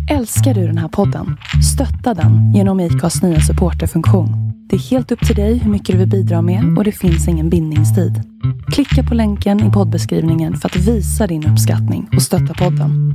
Älskar du den här podden? Stötta den genom IKAs nya supporterfunktion. Det är helt upp till dig hur mycket du vill bidra med och det finns ingen bindningstid. Klicka på länken i poddbeskrivningen för att visa din uppskattning och stötta podden.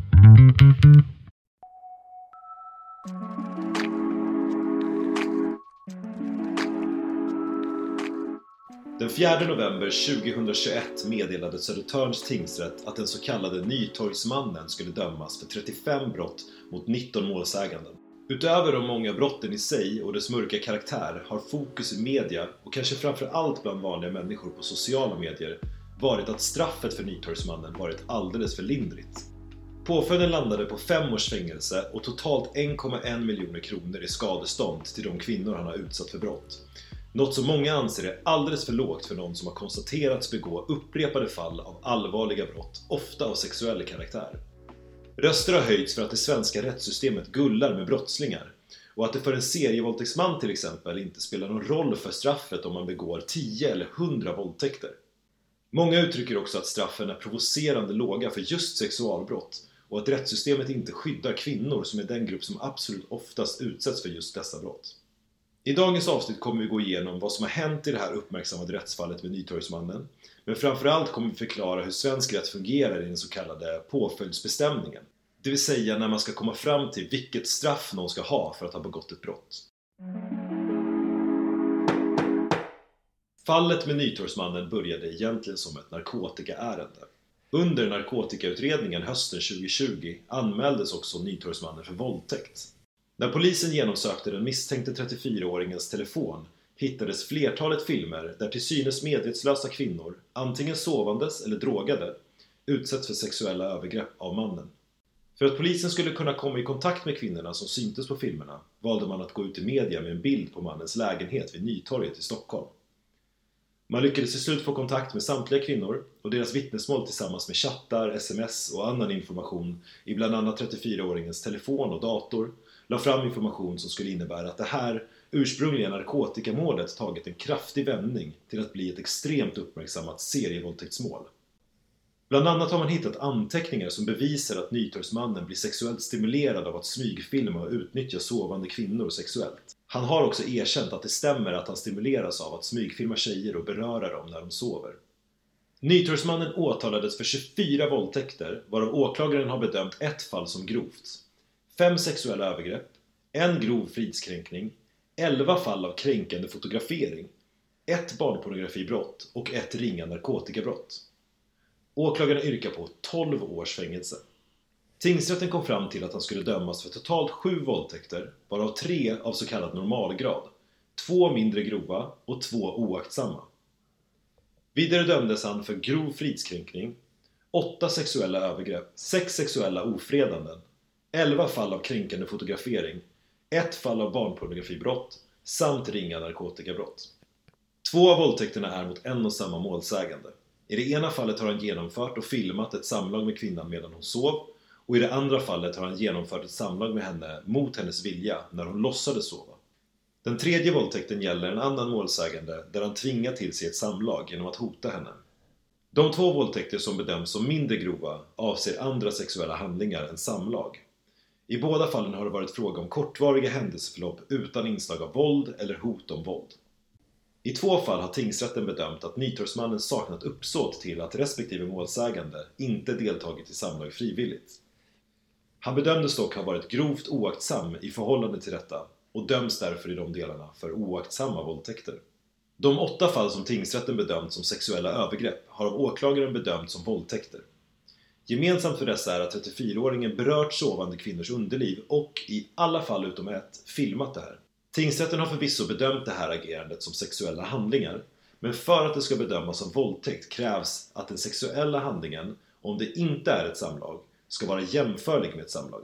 Den 4 november 2021 meddelade Södertörns tingsrätt att den så kallade Nytorgsmannen skulle dömas för 35 brott mot 19 målsäganden. Utöver de många brotten i sig och dess mörka karaktär har fokus i media och kanske framför allt bland vanliga människor på sociala medier varit att straffet för Nytorgsmannen varit alldeles för lindrigt. Påföljden landade på 5 års fängelse och totalt 1,1 miljoner kronor i skadestånd till de kvinnor han har utsatt för brott. Något som många anser är alldeles för lågt för någon som har konstaterats begå upprepade fall av allvarliga brott, ofta av sexuell karaktär. Röster har höjts för att det svenska rättssystemet gullar med brottslingar och att det för en serievåldtäktsman till exempel inte spelar någon roll för straffet om man begår 10 eller 100 våldtäkter. Många uttrycker också att straffen är provocerande låga för just sexualbrott och att rättssystemet inte skyddar kvinnor som är den grupp som absolut oftast utsätts för just dessa brott. I dagens avsnitt kommer vi gå igenom vad som har hänt i det här uppmärksammade rättsfallet med Nytorgsmannen. Men framförallt kommer vi förklara hur svensk rätt fungerar i den så kallade påföljdsbestämningen. Det vill säga när man ska komma fram till vilket straff någon ska ha för att ha begått ett brott. Fallet med Nytorgsmannen började egentligen som ett narkotikaärende. Under narkotikautredningen hösten 2020 anmäldes också Nytorgsmannen för våldtäkt. När polisen genomsökte den misstänkte 34-åringens telefon hittades flertalet filmer där till synes medvetslösa kvinnor, antingen sovandes eller drogade, utsätts för sexuella övergrepp av mannen. För att polisen skulle kunna komma i kontakt med kvinnorna som syntes på filmerna valde man att gå ut i media med en bild på mannens lägenhet vid Nytorget i Stockholm. Man lyckades till slut få kontakt med samtliga kvinnor och deras vittnesmål tillsammans med chattar, sms och annan information i bland annat 34-åringens telefon och dator la fram information som skulle innebära att det här ursprungliga narkotikamålet tagit en kraftig vändning till att bli ett extremt uppmärksammat serievåldtäktsmål. Bland annat har man hittat anteckningar som bevisar att Nytorgsmannen blir sexuellt stimulerad av att smygfilma och utnyttja sovande kvinnor sexuellt. Han har också erkänt att det stämmer att han stimuleras av att smygfilma tjejer och beröra dem när de sover. Nytorgsmannen åtalades för 24 våldtäkter, varav åklagaren har bedömt ett fall som grovt. 5 sexuella övergrepp, 1 grov fridskränkning, 11 fall av kränkande fotografering, 1 barnpornografibrott och 1 ringa narkotikabrott. Åklagaren yrkar på 12 års fängelse. Tingsrätten kom fram till att han skulle dömas för totalt 7 våldtäkter, varav 3 av så kallad normalgrad, 2 mindre grova och 2 oaktsamma. Vidare dömdes han för grov fridskränkning, 8 sexuella övergrepp, 6 sexuella ofredanden, 11 fall av kränkande fotografering, 1 fall av barnpornografibrott samt ringa narkotikabrott. 2 av våldtäkterna är mot en och samma målsägande. I det ena fallet har han genomfört och filmat ett samlag med kvinnan medan hon sov och i det andra fallet har han genomfört ett samlag med henne mot hennes vilja när hon låtsades sova. Den tredje våldtäkten gäller en annan målsägande där han tvingar till sig ett samlag genom att hota henne. De 2 våldtäkter som bedöms som mindre grova avser andra sexuella handlingar än samlag. I båda fallen har det varit fråga om kortvariga händelseförlopp utan inslag av våld eller hot om våld. I 2 fall har tingsrätten bedömt att Nytorgsmannen saknat uppsåt till att respektive målsägande inte deltagit i samlag frivilligt. Han bedömdes dock ha varit grovt oaktsam i förhållande till detta och döms därför i de delarna för oaktsamma våldtäkter. De 8 fall som tingsrätten bedömt som sexuella övergrepp har av åklagaren bedömt som våldtäkter. Gemensamt för dessa är att 34-åringen berört sovande kvinnors underliv och i alla fall utom ett filmat det här. Tingsrätten har förvisso bedömt det här agerandet som sexuella handlingar, men för att det ska bedömas som våldtäkt krävs att den sexuella handlingen, om det inte är ett samlag, ska vara jämförlig med ett samlag.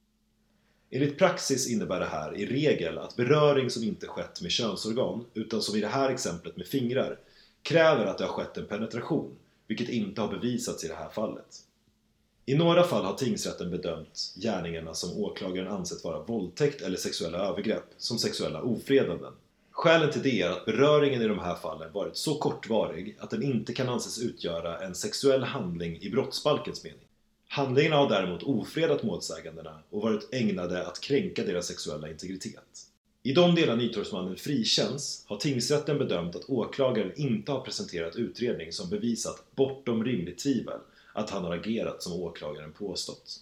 Enligt praxis innebär det här i regel att beröring som inte skett med könsorgan, utan som i det här exemplet med fingrar, kräver att det har skett en penetration, vilket inte har bevisats i det här fallet. I några fall har tingsrätten bedömt gärningarna som åklagaren ansett vara våldtäkt eller sexuella övergrepp som sexuella ofredanden. Skälen till det är att beröringen i de här fallen varit så kortvarig att den inte kan anses utgöra en sexuell handling i brottsbalkens mening. Handlingarna har däremot ofredat målsägandena och varit ägnade att kränka deras sexuella integritet. I de delar Nytorgsmannen frikänns har tingsrätten bedömt att åklagaren inte har presenterat utredning som bevisat bortom rimligt tvivel att han har agerat som åklagaren påstått.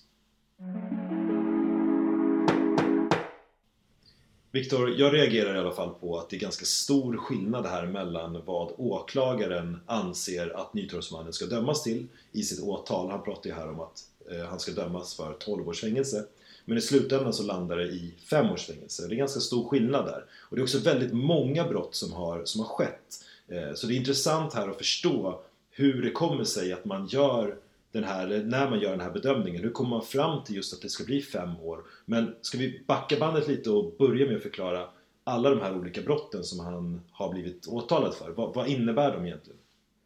Viktor, jag reagerar i alla fall på att det är ganska stor skillnad här mellan vad åklagaren anser att Nytorgsmannen ska dömas till i sitt åtal. Han pratar ju här om att han ska dömas för 12 års fängelse. Men i slutändan så landar det i 5 års fängelse. Det är ganska stor skillnad där. Och det är också väldigt många brott som har skett. Så det är intressant här att förstå hur det kommer sig att man gör när man gör den här bedömningen. Hur kommer man fram till just att det ska bli 5 år? Men ska vi backa bandet lite och börja med att förklara alla de här olika brotten som han har blivit åtalad för? Vad innebär de egentligen?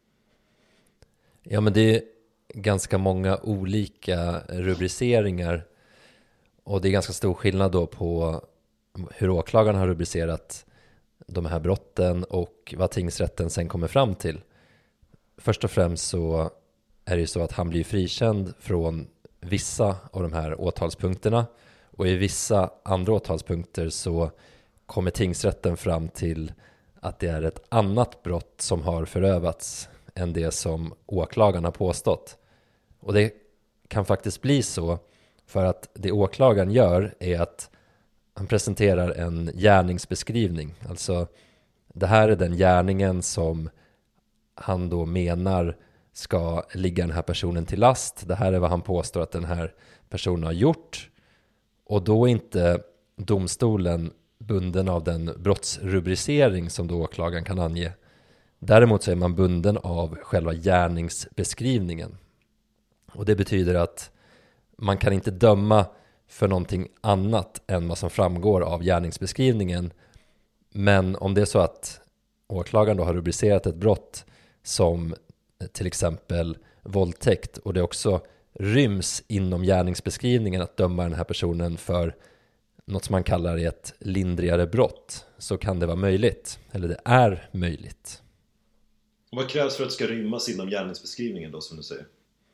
Ja, men det är ganska många olika rubriceringar. Och det är ganska stor skillnad då på hur åklagaren har rubricerat de här brotten och vad tingsrätten sen kommer fram till. Först och främst så är det ju så att han blir frikänd från vissa av de här åtalspunkterna. Och i vissa andra åtalspunkter så kommer tingsrätten fram till att det är ett annat brott som har förövats än det som åklagaren har påstått. Och det kan faktiskt bli så för att det åklagaren gör är att han presenterar en gärningsbeskrivning. Alltså det här är den gärningen som han då menar ska ligga den här personen till last. Det här är vad han påstår att den här personen har gjort. Och då är inte domstolen bunden av den brottsrubricering som då åklagaren kan ange. Däremot så är man bunden av själva gärningsbeskrivningen. Och det betyder att man kan inte döma för någonting annat än vad som framgår av gärningsbeskrivningen. Men om det är så att åklagaren då har rubricerat ett brott som till exempel våldtäkt och det också ryms inom gärningsbeskrivningen att döma den här personen för något som man kallar ett lindrigare brott, så kan det vara möjligt, eller det är möjligt. Och vad krävs för att det ska rymmas inom gärningsbeskrivningen då, som du säger?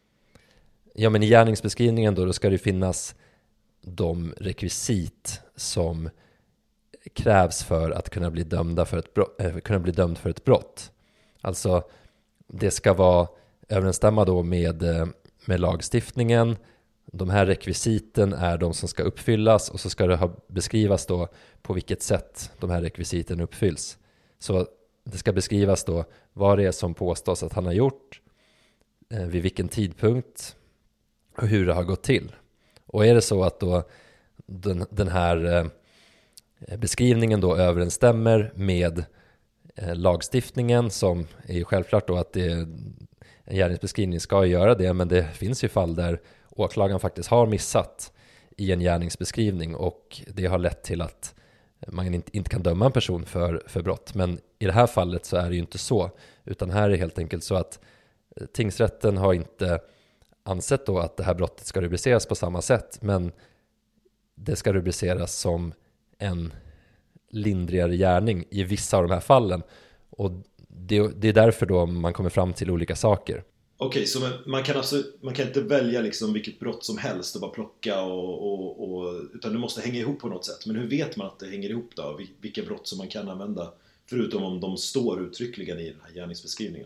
Ja, men i gärningsbeskrivningen då ska det finnas de rekvisit som krävs för att kunna bli dömd för ett brott. Alltså det ska vara överensstämma då med lagstiftningen. De här rekvisiten är de som ska uppfyllas och så ska det beskrivas då på vilket sätt de här rekvisiten uppfylls. Så det ska beskrivas då vad det är som påstås att han har gjort, vid vilken tidpunkt och hur det har gått till. Och är det så att då den här beskrivningen då överensstämmer med lagstiftningen, som är ju självklart då att en gärningsbeskrivning ska göra det, men det finns ju fall där åklagaren faktiskt har missat i en gärningsbeskrivning och det har lett till att man inte kan döma en person för brott. Men i det här fallet så är det ju inte så, utan här är det helt enkelt så att tingsrätten har inte ansett då att det här brottet ska rubriceras på samma sätt, men det ska rubriceras som en lindrigare gärning i vissa av de här fallen. Och det är därför då man kommer fram till olika saker. Okej, så man kan inte välja liksom vilket brott som helst och bara plocka utan det måste hänga ihop på något sätt. Men hur vet man att det hänger ihop då? Vilka brott som man kan använda, förutom om de står uttryckligen i den här gärningsbeskrivningen?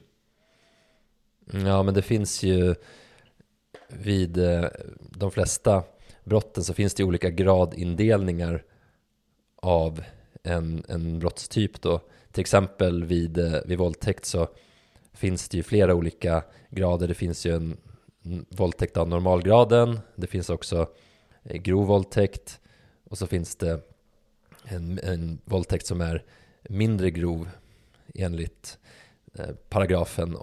Ja, men det finns ju vid de flesta brotten så finns det olika gradindelningar av en brottstyp då. Till exempel vid våldtäkt så finns det ju flera olika grader. Det finns ju en våldtäkt av normalgraden. Det finns också grov våldtäkt. Och så finns det en våldtäkt som är mindre grov enligt paragrafen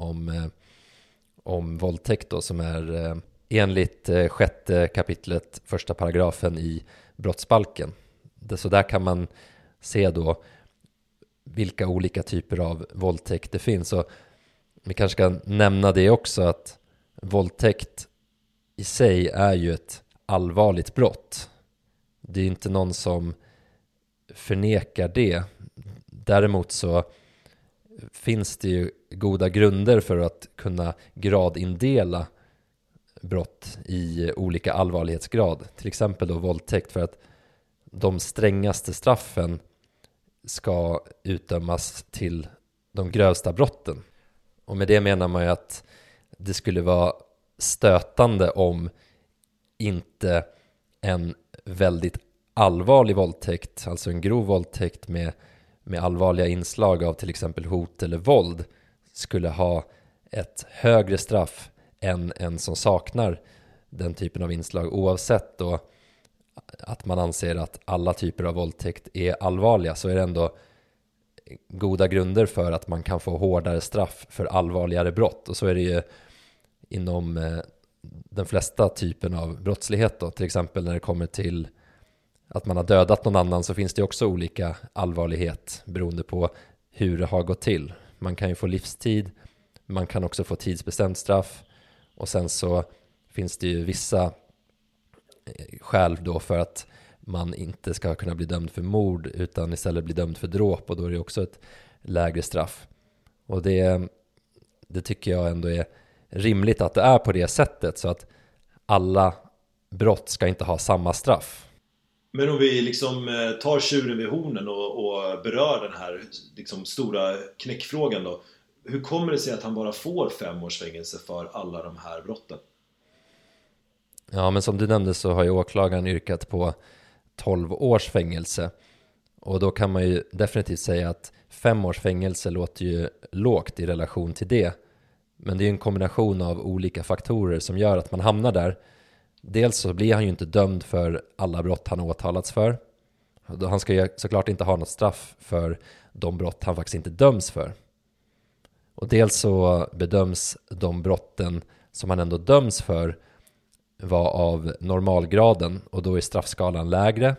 om våldtäkt då, som är enligt 6:e kapitlet 1:a paragrafen i brottsbalken. Så där kan man se då vilka olika typer av våldtäkt det finns. Och vi kanske ska nämna det också, att våldtäkt i sig är ju ett allvarligt brott. Det är inte någon som förnekar det. Däremot så finns det ju goda grunder för att kunna gradindela brott i olika allvarlighetsgrad. Till exempel då våldtäkt, för att de strängaste straffen ska utdömas till de grövsta brotten. Och med det menar man ju att det skulle vara stötande om inte en väldigt allvarlig våldtäkt, alltså en grov våldtäkt med allvarliga inslag av till exempel hot eller våld, skulle ha ett högre straff än en som saknar den typen av inslag, oavsett då att man anser att alla typer av våldtäkt är allvarliga, så är det ändå goda grunder för att man kan få hårdare straff för allvarligare brott. Och så är det ju inom den flesta typen av brottslighet då. Till exempel när det kommer till att man har dödat någon annan, så finns det också olika allvarlighet beroende på hur det har gått till. Man kan ju få livstid, man kan också få tidsbestämt straff, och sen så finns det ju vissa skäl då för att man inte ska kunna bli dömd för mord utan istället bli dömd för dråp, och då är det också ett lägre straff. Och det tycker jag ändå är rimligt att det är på det sättet, så att alla brott ska inte ha samma straff. Men om vi liksom tar tjuren vid hornen och berör den här liksom stora knäckfrågan då. Hur kommer det sig att han bara får 5 års fängelse för alla de här brotten? Ja, men som du nämnde så har ju åklagaren yrkat på 12 års fängelse. Och då kan man ju definitivt säga att 5 års fängelse låter ju lågt i relation till det. Men det är ju en kombination av olika faktorer som gör att man hamnar där. Dels så blir han ju inte dömd för alla brott han åtalats för. Han ska ju såklart inte ha något straff för de brott han faktiskt inte döms för. Och dels så bedöms de brotten som han ändå döms för vara av normalgraden, och då är straffskalan lägre.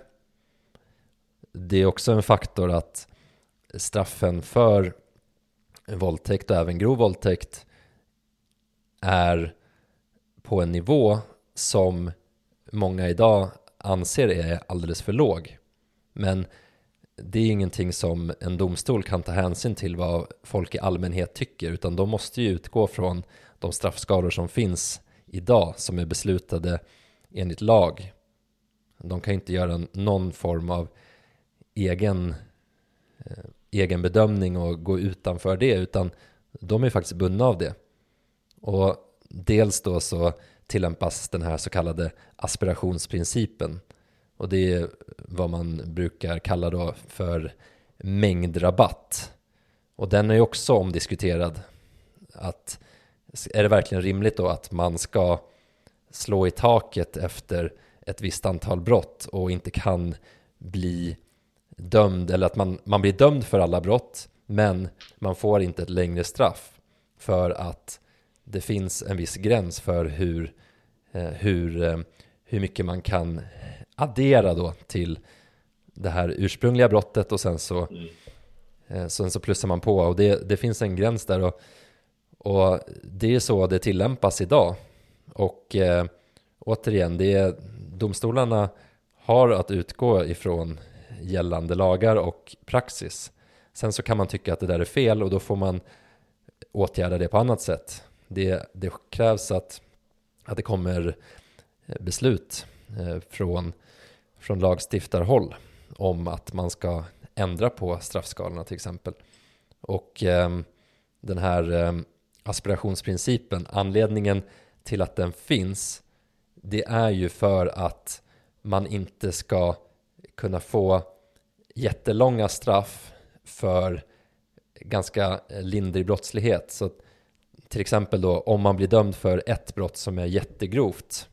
Det är också en faktor att straffen för våldtäkt och även grov våldtäkt är på en nivå som många idag anser är alldeles för låg. Men det är ingenting som en domstol kan ta hänsyn till vad folk i allmänhet tycker, utan de måste ju utgå från de straffskalor som finns idag, som är beslutade enligt lag. De kan inte göra någon form av egen bedömning och gå utanför det, utan de är faktiskt bundna av det. Och dels då så tillämpas den här så kallade aspirationsprincipen, och det är vad man brukar kalla då för mängdrabatt. Och den är ju också omdiskuterad, att är det verkligen rimligt då att man ska slå i taket efter ett visst antal brott och inte kan bli dömd, eller att man blir dömd för alla brott men man får inte ett längre straff för att det finns en viss gräns för hur mycket man kan addera då till det här ursprungliga brottet, och sen så plussar man på, och det finns en gräns där, och det är så det tillämpas idag. Och återigen, domstolarna har att utgå ifrån gällande lagar och praxis. Sen så kan man tycka att det där är fel, och då får man åtgärda det på annat sätt. Det krävs att det kommer beslut från lagstiftarhåll om att man ska ändra på straffskalorna till exempel. Och den här aspirationsprincipen, anledningen till att den finns, det är ju för att man inte ska kunna få jättelånga straff för ganska lindrig brottslighet. Så till exempel då, om man blir dömd för ett brott som är jättegrovt,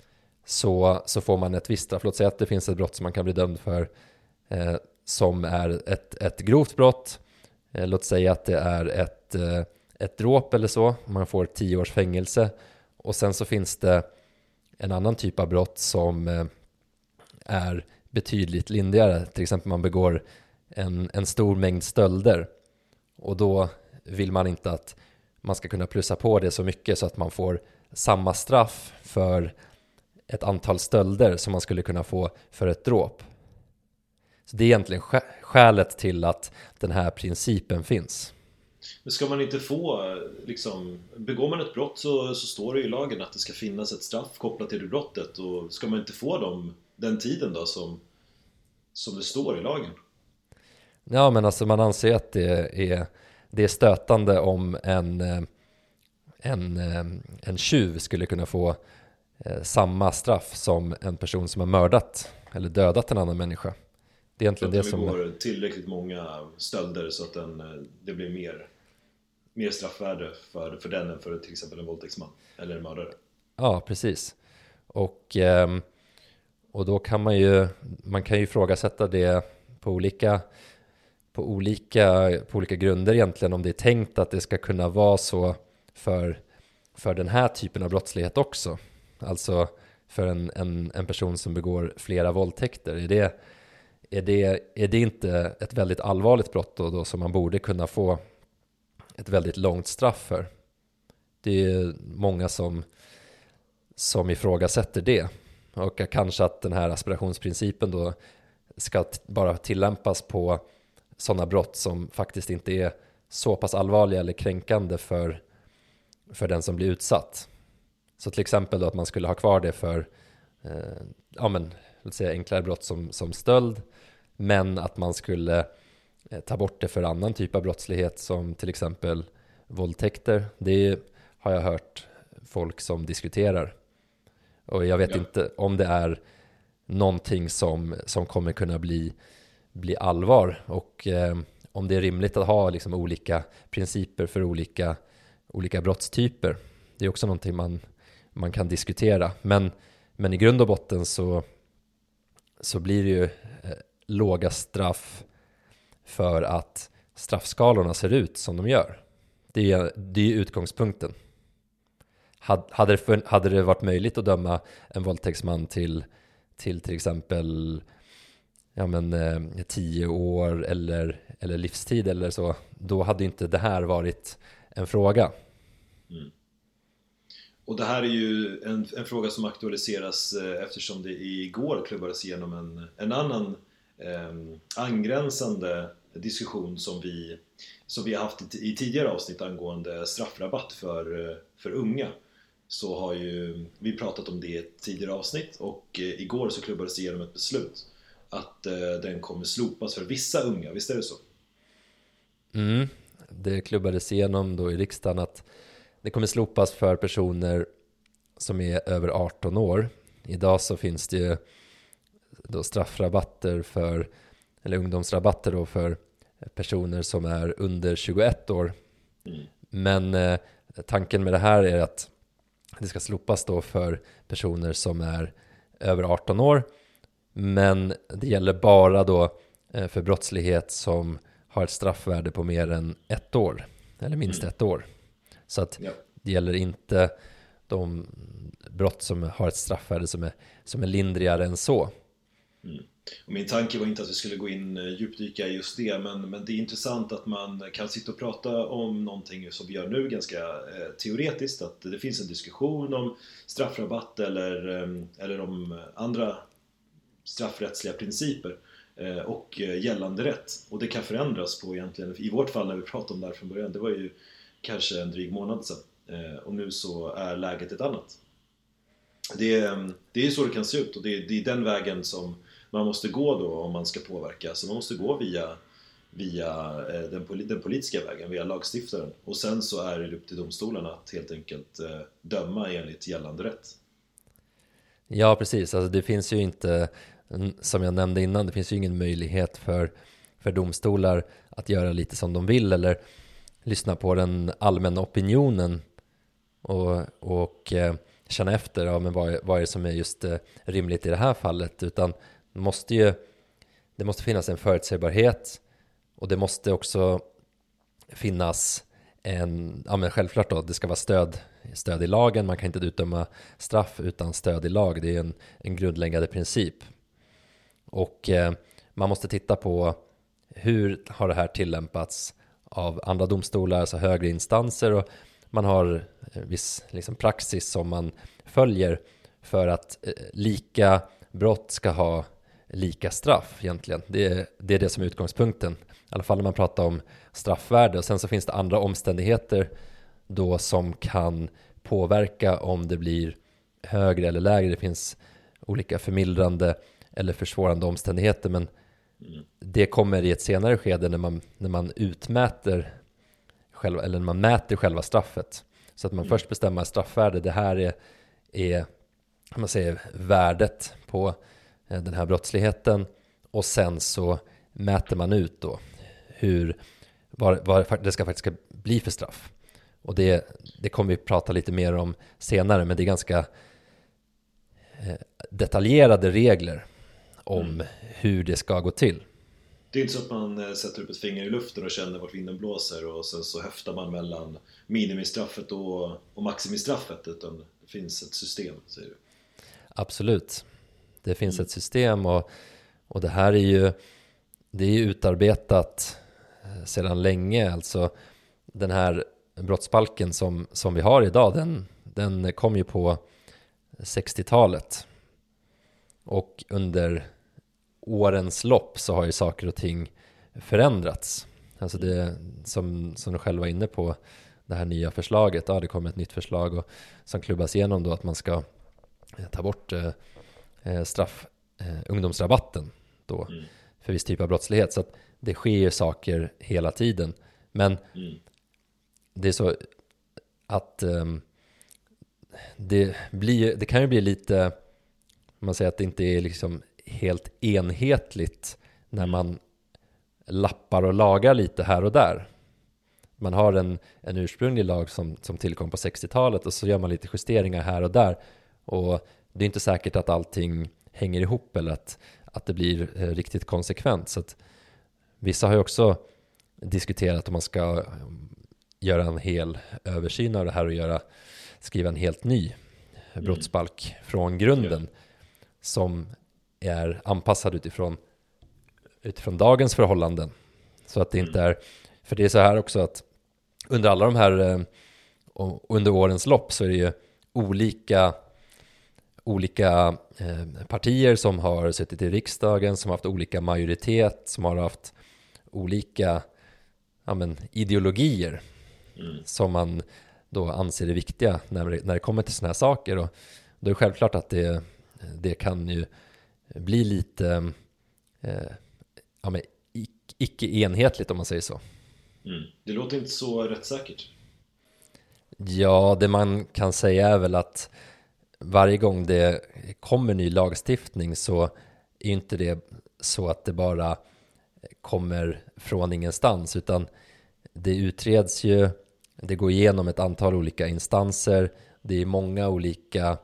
så får man ett visst straff. Låt säga att det finns ett brott som man kan bli dömd för som är ett grovt brott. Låt säga att det är ett dråp eller så. Man får 10 års fängelse. Och sen så finns det en annan typ av brott som är betydligt lindrigare. Till exempel man begår en stor mängd stölder. Och då vill man inte att man ska kunna plussa på det så mycket så att man får samma straff för ett antal stölder som man skulle kunna få för ett dråp. Så det är egentligen skälet till att den här principen finns. Men ska man inte få, liksom, begår man ett brott så står det i lagen att det ska finnas ett straff kopplat till det brottet, och ska man inte få den tiden då som det står i lagen? Ja, men alltså man anser att det är stötande om en tjuv skulle kunna få samma straff som en person som har mördat eller dödat en annan människa. Det är egentligen det som begår tillräckligt många stölder så att det blir mer straffvärde för den än för till exempel en våldtäktsman eller en mördare. Ja, precis. Och då kan man kan ju ifrågasätta det på olika grunder egentligen, om det är tänkt att det ska kunna vara så för den här typen av brottslighet också. Alltså för en person som begår flera våldtäkter. Är det inte ett väldigt allvarligt brott då som man borde kunna få ett väldigt långt straff för? Det är många som ifrågasätter det. Och kanske att den här aspirationsprincipen då ska bara tillämpas på sådana brott som faktiskt inte är så pass allvarliga eller kränkande för den som blir utsatt. Så till exempel då att man skulle ha kvar det för låt säga enklare brott som stöld, men att man skulle ta bort det för annan typ av brottslighet som till exempel våldtäkter. Det har jag hört folk som diskuterar. Och jag vet inte om det är någonting som kommer kunna bli allvar, och om det är rimligt att ha liksom olika principer för olika brottstyper. Det är också någonting man kan diskutera. Men i grund och botten så blir det ju låga straff för att straffskalorna ser ut som de gör. Det är utgångspunkten. Hade det varit möjligt att döma en våldtäktsman till exempel 10 år eller livstid eller så, då hade inte det här varit en fråga. Mm. Och det här är ju en fråga som aktualiseras eftersom det igår klubbades igenom en annan angränsande diskussion som vi har haft i tidigare avsnitt angående straffrabatt för unga. Så har ju vi pratat om det i ett tidigare avsnitt, och igår så klubbades det igenom ett beslut att den kommer slopas för vissa unga, visst är det så? Det klubbades igenom då i riksdagen att det kommer slopas för personer som är över 18 år. Idag så finns det ju då straffrabatter eller ungdomsrabatter då för personer som är under 21 år. Men tanken med det här är att det ska slopas då för personer som är över 18 år. Men det gäller bara då för brottslighet som har ett straffvärde på mer än 1 år. Eller minst 1 år. Så att det gäller inte de brott som har ett straffvärde som är lindrigare än så. Och min tanke var inte att vi skulle gå in djupdyka i just det, men det är intressant att man kan sitta och prata om någonting som vi gör nu ganska teoretiskt, att det finns en diskussion om straffrabatt eller om andra straffrättsliga principer och gällande rätt, och det kan förändras på egentligen, i vårt fall när vi pratade om det här från början, det var ju kanske en dryg månad sedan, och nu så är läget ett annat. Det är så det kan se ut, och det är den vägen som man måste gå då om man ska påverka. Så man måste gå via den politiska vägen, via lagstiftaren, och sen så är det upp till domstolarna att helt enkelt döma enligt gällande rätt. Ja, precis. Alltså det finns ju inte, som jag nämnde innan, det finns ju ingen möjlighet för domstolar att göra lite som de vill eller lyssna på den allmänna opinionen och känna efter men vad är det som är just rimligt i det här fallet, utan det måste finnas en förutsägbarhet, och det måste också finnas men självklart då, det ska vara stöd i lagen. Man kan inte utdöma straff utan stöd i lag. Det är en grundläggande princip. Och man måste titta på hur har det här tillämpats av andra domstolar, alltså högre instanser, och man har viss liksom praxis som man följer för att lika brott ska ha lika straff egentligen. Det är det som är utgångspunkten. I alla fall när man pratar om straffvärde. Och sen så finns det andra omständigheter då som kan påverka om det blir högre eller lägre. Det finns olika förmildrande eller försvårande omständigheter, men det kommer i ett senare skede när man utmäter själva, eller när man mäter själva straffet. Så att man först bestämmer straffvärde. Det här är man säger, värdet på den här brottsligheten, och sen så mäter man ut då vad det ska faktiskt bli för straff. Och det kommer vi prata lite mer om senare, men det är ganska detaljerade regler om hur det ska gå till. Det är inte så att man sätter upp ett finger i luften och känner vart vinden blåser och sen så höftar man mellan minimistraffet och maximistraffet, utan det finns ett system, säger du. Absolut. Det finns ett system, och det här det är utarbetat sedan länge. Alltså den här brottsbalken som vi har idag, den kom ju på 60-talet. Och under årens lopp så har ju saker och ting förändrats. Alltså det som du själv var inne på, det här nya förslaget. Ja, det kommer ett nytt förslag som klubbas igenom då, att man ska ta bort ungdomsrabatten då för viss typ av brottslighet. Så att det sker saker hela tiden. Men det är så att det kan ju bli lite, man säger att det inte är liksom helt enhetligt när man lappar och lagar lite här och där. Man har en ursprunglig lag som tillkom på 60-talet, och så gör man lite justeringar här och där. Och det är inte säkert att allting hänger ihop eller att det blir riktigt konsekvent. Så att vissa har ju också diskuterat om man ska göra en hel översyn av det här och skriva en helt ny brottsbalk från grunden som är anpassad utifrån dagens förhållanden. Så att det inte är, för det är så här också att under alla de här under årens lopp så är det ju olika partier som har suttit i riksdagen, som har haft olika majoritet, som har haft olika ideologier som man då anser är viktiga när det kommer till såna här saker. Och då är det självklart att det kan ju bli lite icke enhetligt, om man säger så. Det låter inte så rättssäkert. Ja, det man kan säga är väl att varje gång det kommer ny lagstiftning så är inte det så att det bara kommer från ingenstans, utan det utreds ju, det går igenom ett antal olika instanser, det är många olika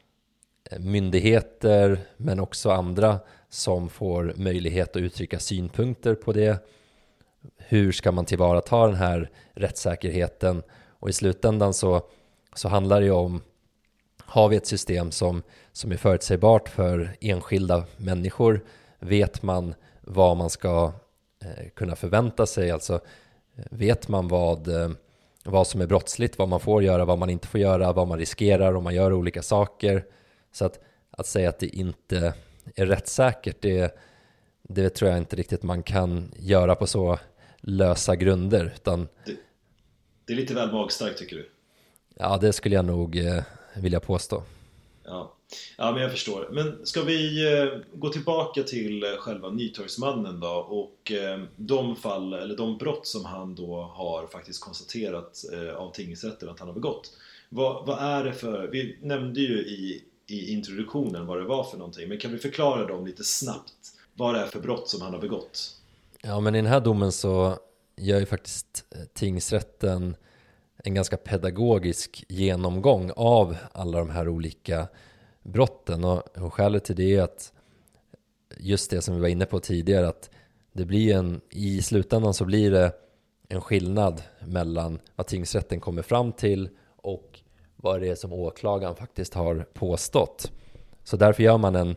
myndigheter men också andra som får möjlighet att uttrycka synpunkter på det. Hur ska man tillvarata den här rättssäkerheten? Och i slutändan så handlar det ju om, har vi ett system som är förutsägbart för enskilda människor? Vet man vad man ska kunna förvänta sig? Alltså vet man vad som är brottsligt, vad man får göra, vad man inte får göra, vad man riskerar om man gör olika saker? Så att säga att det inte är rättssäkert, det tror jag inte riktigt man kan göra på så lösa grunder. Utan det är lite väl magstarkt, tycker du? Ja, det skulle jag nog vilja påstå. Ja, men jag förstår. Men ska vi gå tillbaka till själva Nytorgsmannen då, och de fall eller de brott som han då har faktiskt konstaterat av tingsrätten att han har begått. Vad är det för, vi nämnde ju i introduktionen vad det var för någonting, men kan vi förklara dem lite snabbt vad det är för brott som han har begått? Ja, men i den här domen så gör ju faktiskt tingsrätten en ganska pedagogisk genomgång av alla de här olika brotten, och skälet till det är att just det som vi var inne på tidigare, att det blir i slutändan så blir det en skillnad mellan vad tingsrätten kommer fram till och vad det är som åklagaren faktiskt har påstått. Så därför gör man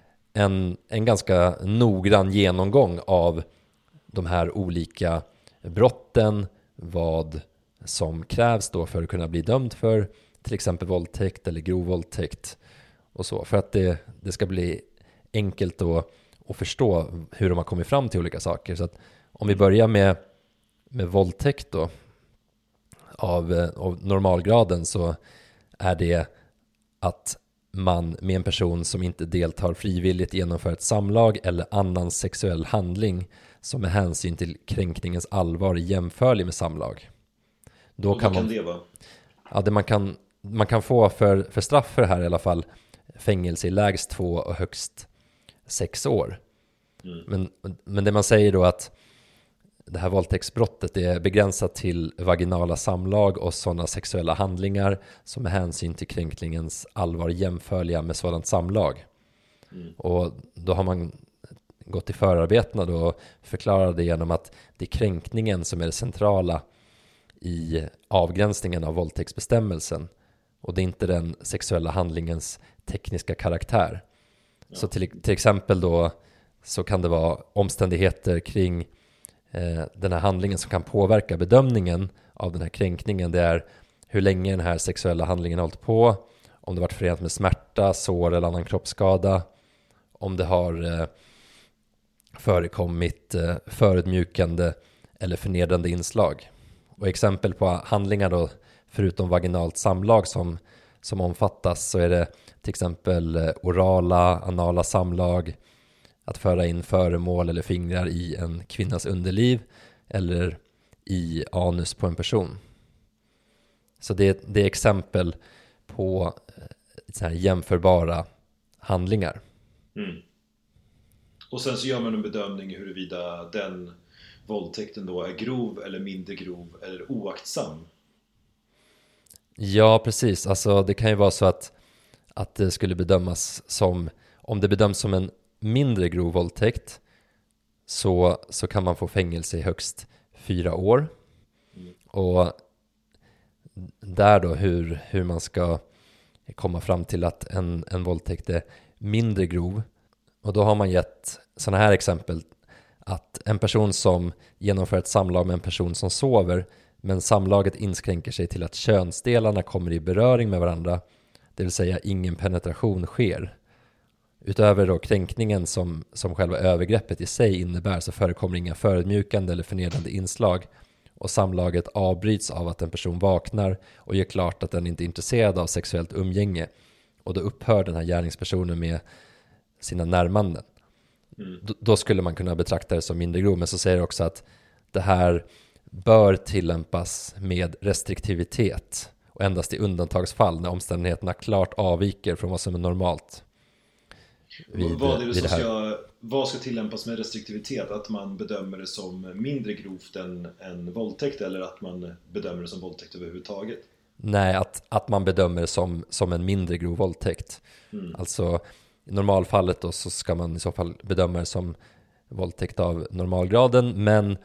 en ganska noggrann genomgång av de här olika brotten, vad som krävs då för att kunna bli dömd för till exempel våldtäkt eller grov våldtäkt och så, för att det ska bli enkelt att och förstå hur de har kommit fram till olika saker. Så att om vi börjar med våldtäkt då, av normalgraden, så är det att man med en person som inte deltar frivilligt genomför ett samlag eller annan sexuell handling som med hänsyn till kränkningens allvar är jämförlig med samlag. Då kan man, det vara? Ja, det man kan få för straff för det här i alla fall fängelse i lägst 2 och högst 6 år. Men det man säger då att det här våldtäktsbrottet är begränsat till vaginala samlag och sådana sexuella handlingar som med hänsyn till kränkningens allvar jämförliga med sådant samlag. Och då har man gått i förarbetena då och förklarat det genom att det är kränkningen som är det centrala i avgränsningen av våldtäktsbestämmelsen, och det är inte den sexuella handlingens tekniska karaktär. Ja. Så till exempel då så kan det vara omständigheter kring den här handlingen som kan påverka bedömningen av den här kränkningen. Det är hur länge den här sexuella handlingen har hållit på, om det varit förenat med smärta, sår eller annan kroppsskada, om det har förekommit förödmjukande eller förnedrande inslag. Och exempel på handlingar då, förutom vaginalt samlag som omfattas, så är det till exempel orala, anala samlag, att föra in föremål eller fingrar i en kvinnas underliv eller i anus på en person. Så det är exempel på så här jämförbara handlingar. Och sen så gör man en bedömning huruvida den våldtäkten då är grov eller mindre grov eller oaktsam. Ja, precis. Alltså det kan ju vara så att det skulle bedömas som, om det bedöms som en mindre grov våldtäkt, så kan man få fängelse i högst 4 år. Och där då hur man ska komma fram till att en våldtäkt är mindre grov. Och då har man gett sådana här exempel, att en person som genomför ett samlag med en person som sover, men samlaget inskränker sig till att könsdelarna kommer i beröring med varandra, det vill säga ingen penetration sker. Utöver då kränkningen som själva övergreppet i sig innebär, så förekommer inga förödmjukande eller förnedrande inslag, och samlaget avbryts av att en person vaknar och gör klart att den inte är intresserad av sexuellt umgänge, och då upphör den här gärningspersonen med sina närmanden. Då skulle man kunna betrakta det som mindre grov. Men så säger det också att det här bör tillämpas med restriktivitet och endast i undantagsfall när omständigheterna klart avviker från vad som är normalt. Vad ska tillämpas med restriktivitet? Att man bedömer det som mindre grovt än våldtäkt, eller att man bedömer det som våldtäkt överhuvudtaget? Nej, att man bedömer det som en mindre grov våldtäkt. Alltså i normalfallet då så ska man i så fall bedöma det som våldtäkt av normalgraden, men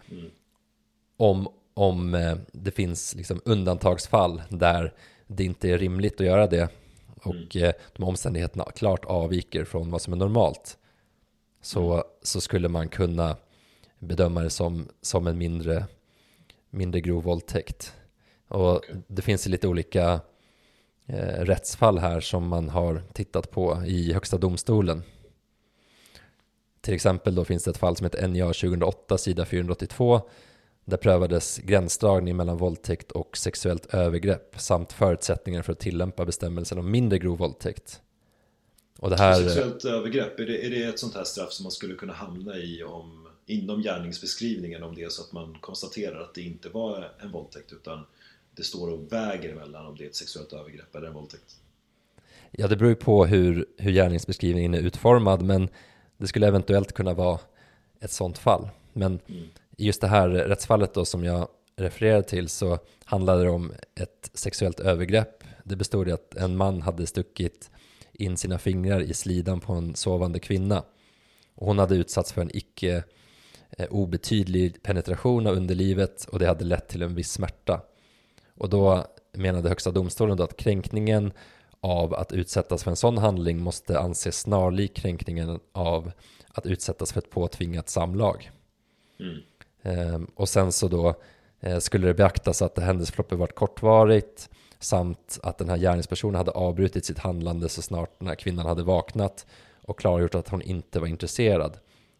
om det finns liksom undantagsfall där det inte är rimligt att göra det och de omständigheterna klart avviker från vad som är normalt, så skulle man kunna bedöma det som en mindre grov våldtäkt. Och det finns lite olika rättsfall här som man har tittat på i Högsta domstolen. Till exempel då finns det ett fall som heter NJA 2008 sida 482. Där prövades gränsdragning mellan våldtäkt och sexuellt övergrepp samt förutsättningar för att tillämpa bestämmelsen om mindre grov våldtäkt. Och det här, sexuellt övergrepp, är det ett sånt här straff som man skulle kunna hamna i inom gärningsbeskrivningen, om det är så att man konstaterar att det inte var en våldtäkt utan det står och väger mellan om det är ett sexuellt övergrepp eller en våldtäkt? Ja, det beror ju på hur gärningsbeskrivningen är utformad, men det skulle eventuellt kunna vara ett sånt fall. Men i just det här rättsfallet då som jag refererar till, så handlade det om ett sexuellt övergrepp. Det bestod i att en man hade stuckit in sina fingrar i slidan på en sovande kvinna. Och hon hade utsatts för en icke obetydlig penetration av underlivet, och det hade lett till en viss smärta. Och då menade Högsta domstolen då att kränkningen av att utsättas för en sån handling måste anses snarlik kränkningen av att utsättas för ett påtvingat samlag. Och sen så då skulle det beaktas att händelseförloppet varit kortvarigt, samt att den här gärningspersonen hade avbrutit sitt handlande så snart den här kvinnan hade vaknat och klargjort att hon inte var intresserad.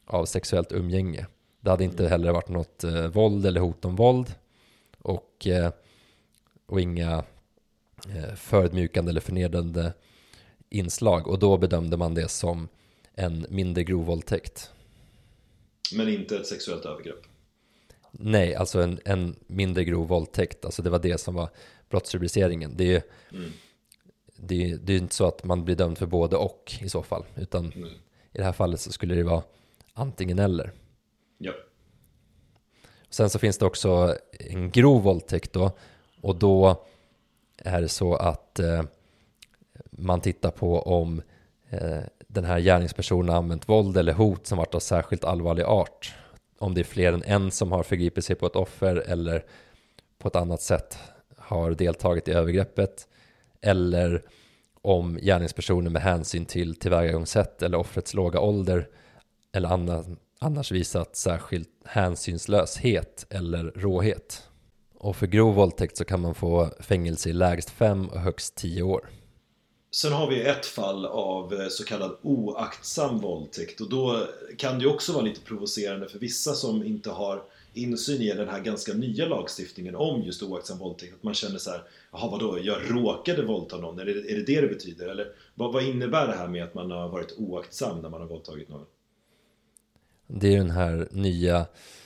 av sexuellt umgänge. Det hade inte heller varit något våld eller hot om våld och inga förödmjukande eller förnedrande inslag. Och då bedömde man det som en mindre grov våldtäkt. Men inte ett sexuellt övergrepp? Nej, alltså en mindre grov våldtäkt. Alltså det var det som var brottsrubriceringen. Det är inte så att man blir dömd för både och i så fall. Utan i det här fallet så skulle det vara antingen eller. Ja. Sen så finns det också en grov våldtäkt då. Och då är det så att man tittar på om den här gärningspersonen har använt våld eller hot som varit av särskilt allvarlig art. Om det är fler än en som har förgripit sig på ett offer eller på ett annat sätt har deltagit i övergreppet. Eller om gärningspersonen med hänsyn till tillvägagångssätt eller offrets låga ålder eller annars visat särskilt hänsynslöshet eller råhet. Och för grov våldtäkt så kan man få fängelse i lägst 5 och högst 10 år. Sen har vi ett fall av så kallad oaktsam våldtäkt, och då kan det också vara lite provocerande för vissa som inte har insyn i den här ganska nya lagstiftningen om just oaktsam våldtäkt, att man känner så här: jaha, vadå, jag råkade våldta någon, är det betyder? Eller vad innebär det här med att man har varit oaktsam när man har våldtagit någon? Det är den här nya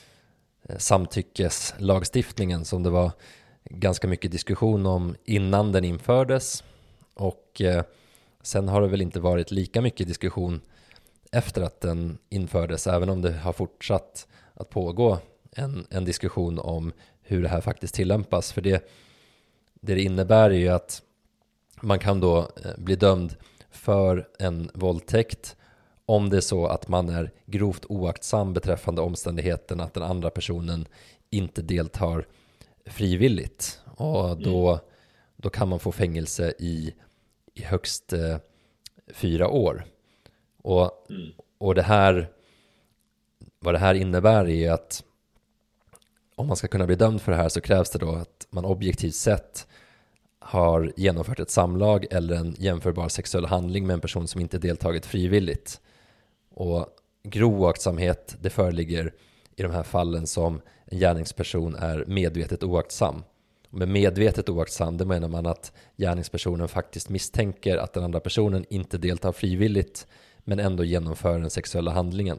samtyckeslagstiftningen som det var ganska mycket diskussion om innan den infördes. Och sen har det väl inte varit lika mycket diskussion efter att den infördes, även om det har fortsatt att pågå en diskussion om hur det här faktiskt tillämpas. För det innebär är ju att man kan då bli dömd för en våldtäkt om det är så att man är grovt oaktsam beträffande omständigheten att den andra personen inte deltar frivilligt. Och då kan man få fängelse i högst 4 år. Och det här, vad det här innebär är att om man ska kunna bli dömd för det här så krävs det då att man objektivt sett har genomfört ett samlag eller en jämförbar sexuell handling med en person som inte deltagit frivilligt. Och grov oaktsamhet, det föreligger i de här fallen som en gärningsperson är medvetet oaktsam. Och med medvetet oaktsam, det menar man att gärningspersonen faktiskt misstänker att den andra personen inte deltar frivilligt men ändå genomför den sexuella handlingen.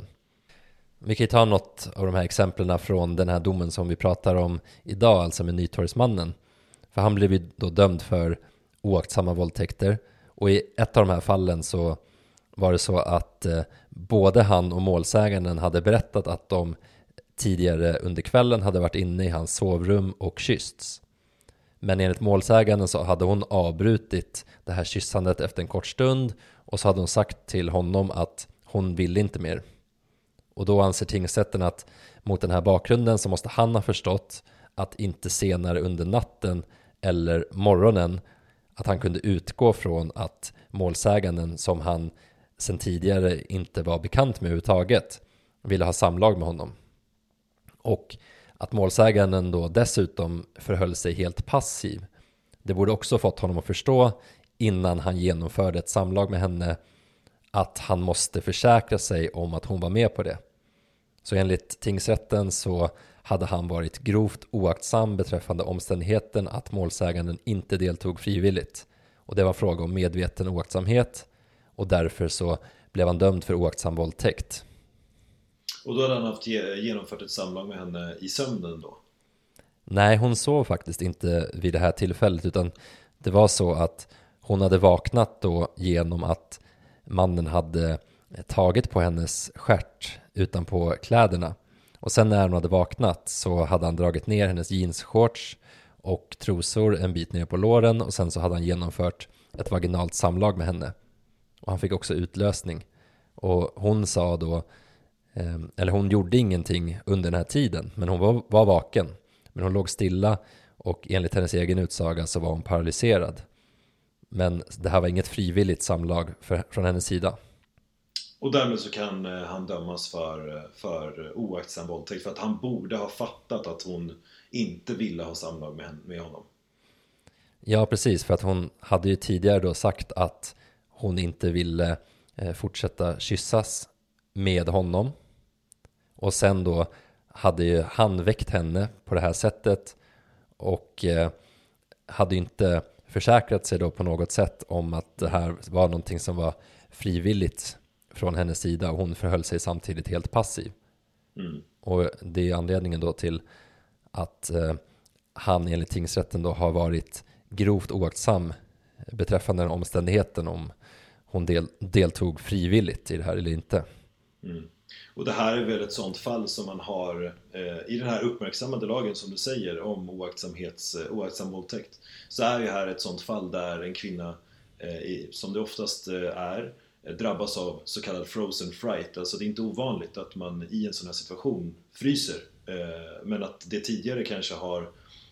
Vi kan ju ta något av de här exemplen från den här domen som vi pratar om idag, alltså med Nytorgsmannen. För han blev ju då dömd för oaktsamma våldtäkter. Och i ett av de här fallen så var det så att både han och målsäganden hade berättat att de tidigare under kvällen hade varit inne i hans sovrum och kyssts. Men enligt målsäganden så hade hon avbrutit det här kyssandet efter en kort stund och så hade hon sagt till honom att hon vill inte mer. Och då anser tingsrätten att mot den här bakgrunden så måste han ha förstått att inte senare under natten eller morgonen att han kunde utgå från att målsäganden, som han sedan tidigare inte var bekant med överhuvudtaget, ville ha samlag med honom. Och att målsäganden då dessutom förhöll sig helt passiv. Det borde också fått honom att förstå innan han genomförde ett samlag med henne att han måste försäkra sig om att hon var med på det. Så enligt tingsrätten så hade han varit grovt oaktsam beträffande omständigheten att målsäganden inte deltog frivilligt. Och det var fråga om medveten oaktsamhet och därför så blev han dömd för oaktsam våldtäkt. Och då hade han haft genomfört ett samlag med henne i sömnen då? Nej, hon sov faktiskt inte vid det här tillfället, utan det var så att hon hade vaknat då genom att mannen hade tagit på hennes stjärt utanpå kläderna. Och sen när hon hade vaknat så hade han dragit ner hennes jeansshorts och trosor en bit ner på låren och sen så hade han genomfört ett vaginalt samlag med henne. Och han fick också utlösning. Och hon sa då, eller hon gjorde ingenting under den här tiden, men hon var vaken. Men hon låg stilla och enligt hennes egen utsaga så var hon paralyserad. Men det här var inget frivilligt samlag från hennes sida. Och därmed så kan han dömas för oaktsam våldtäkt, för att han borde ha fattat att hon inte ville ha samlag med honom. Ja, precis, för att hon hade ju tidigare då sagt att hon inte ville fortsätta kyssas med honom. Och sen då hade ju han väckt henne på det här sättet och hade ju inte försäkrat sig då på något sätt om att det här var någonting som var frivilligt från hennes sida, och hon förhöll sig samtidigt helt passiv. Och det är anledningen då till att han enligt tingsrätten då har varit grovt oaktsam beträffande den omständigheten om hon deltog frivilligt i det här eller inte. Och det här är väl ett sånt fall som man har i den här uppmärksammade lagen som du säger om oaktsam våldtäkt, så är ju här ett sånt fall där en kvinna, som det oftast är, drabbas av så kallad frozen fright. Alltså det är inte ovanligt att man i en sån här situation fryser, men att det tidigare kanske har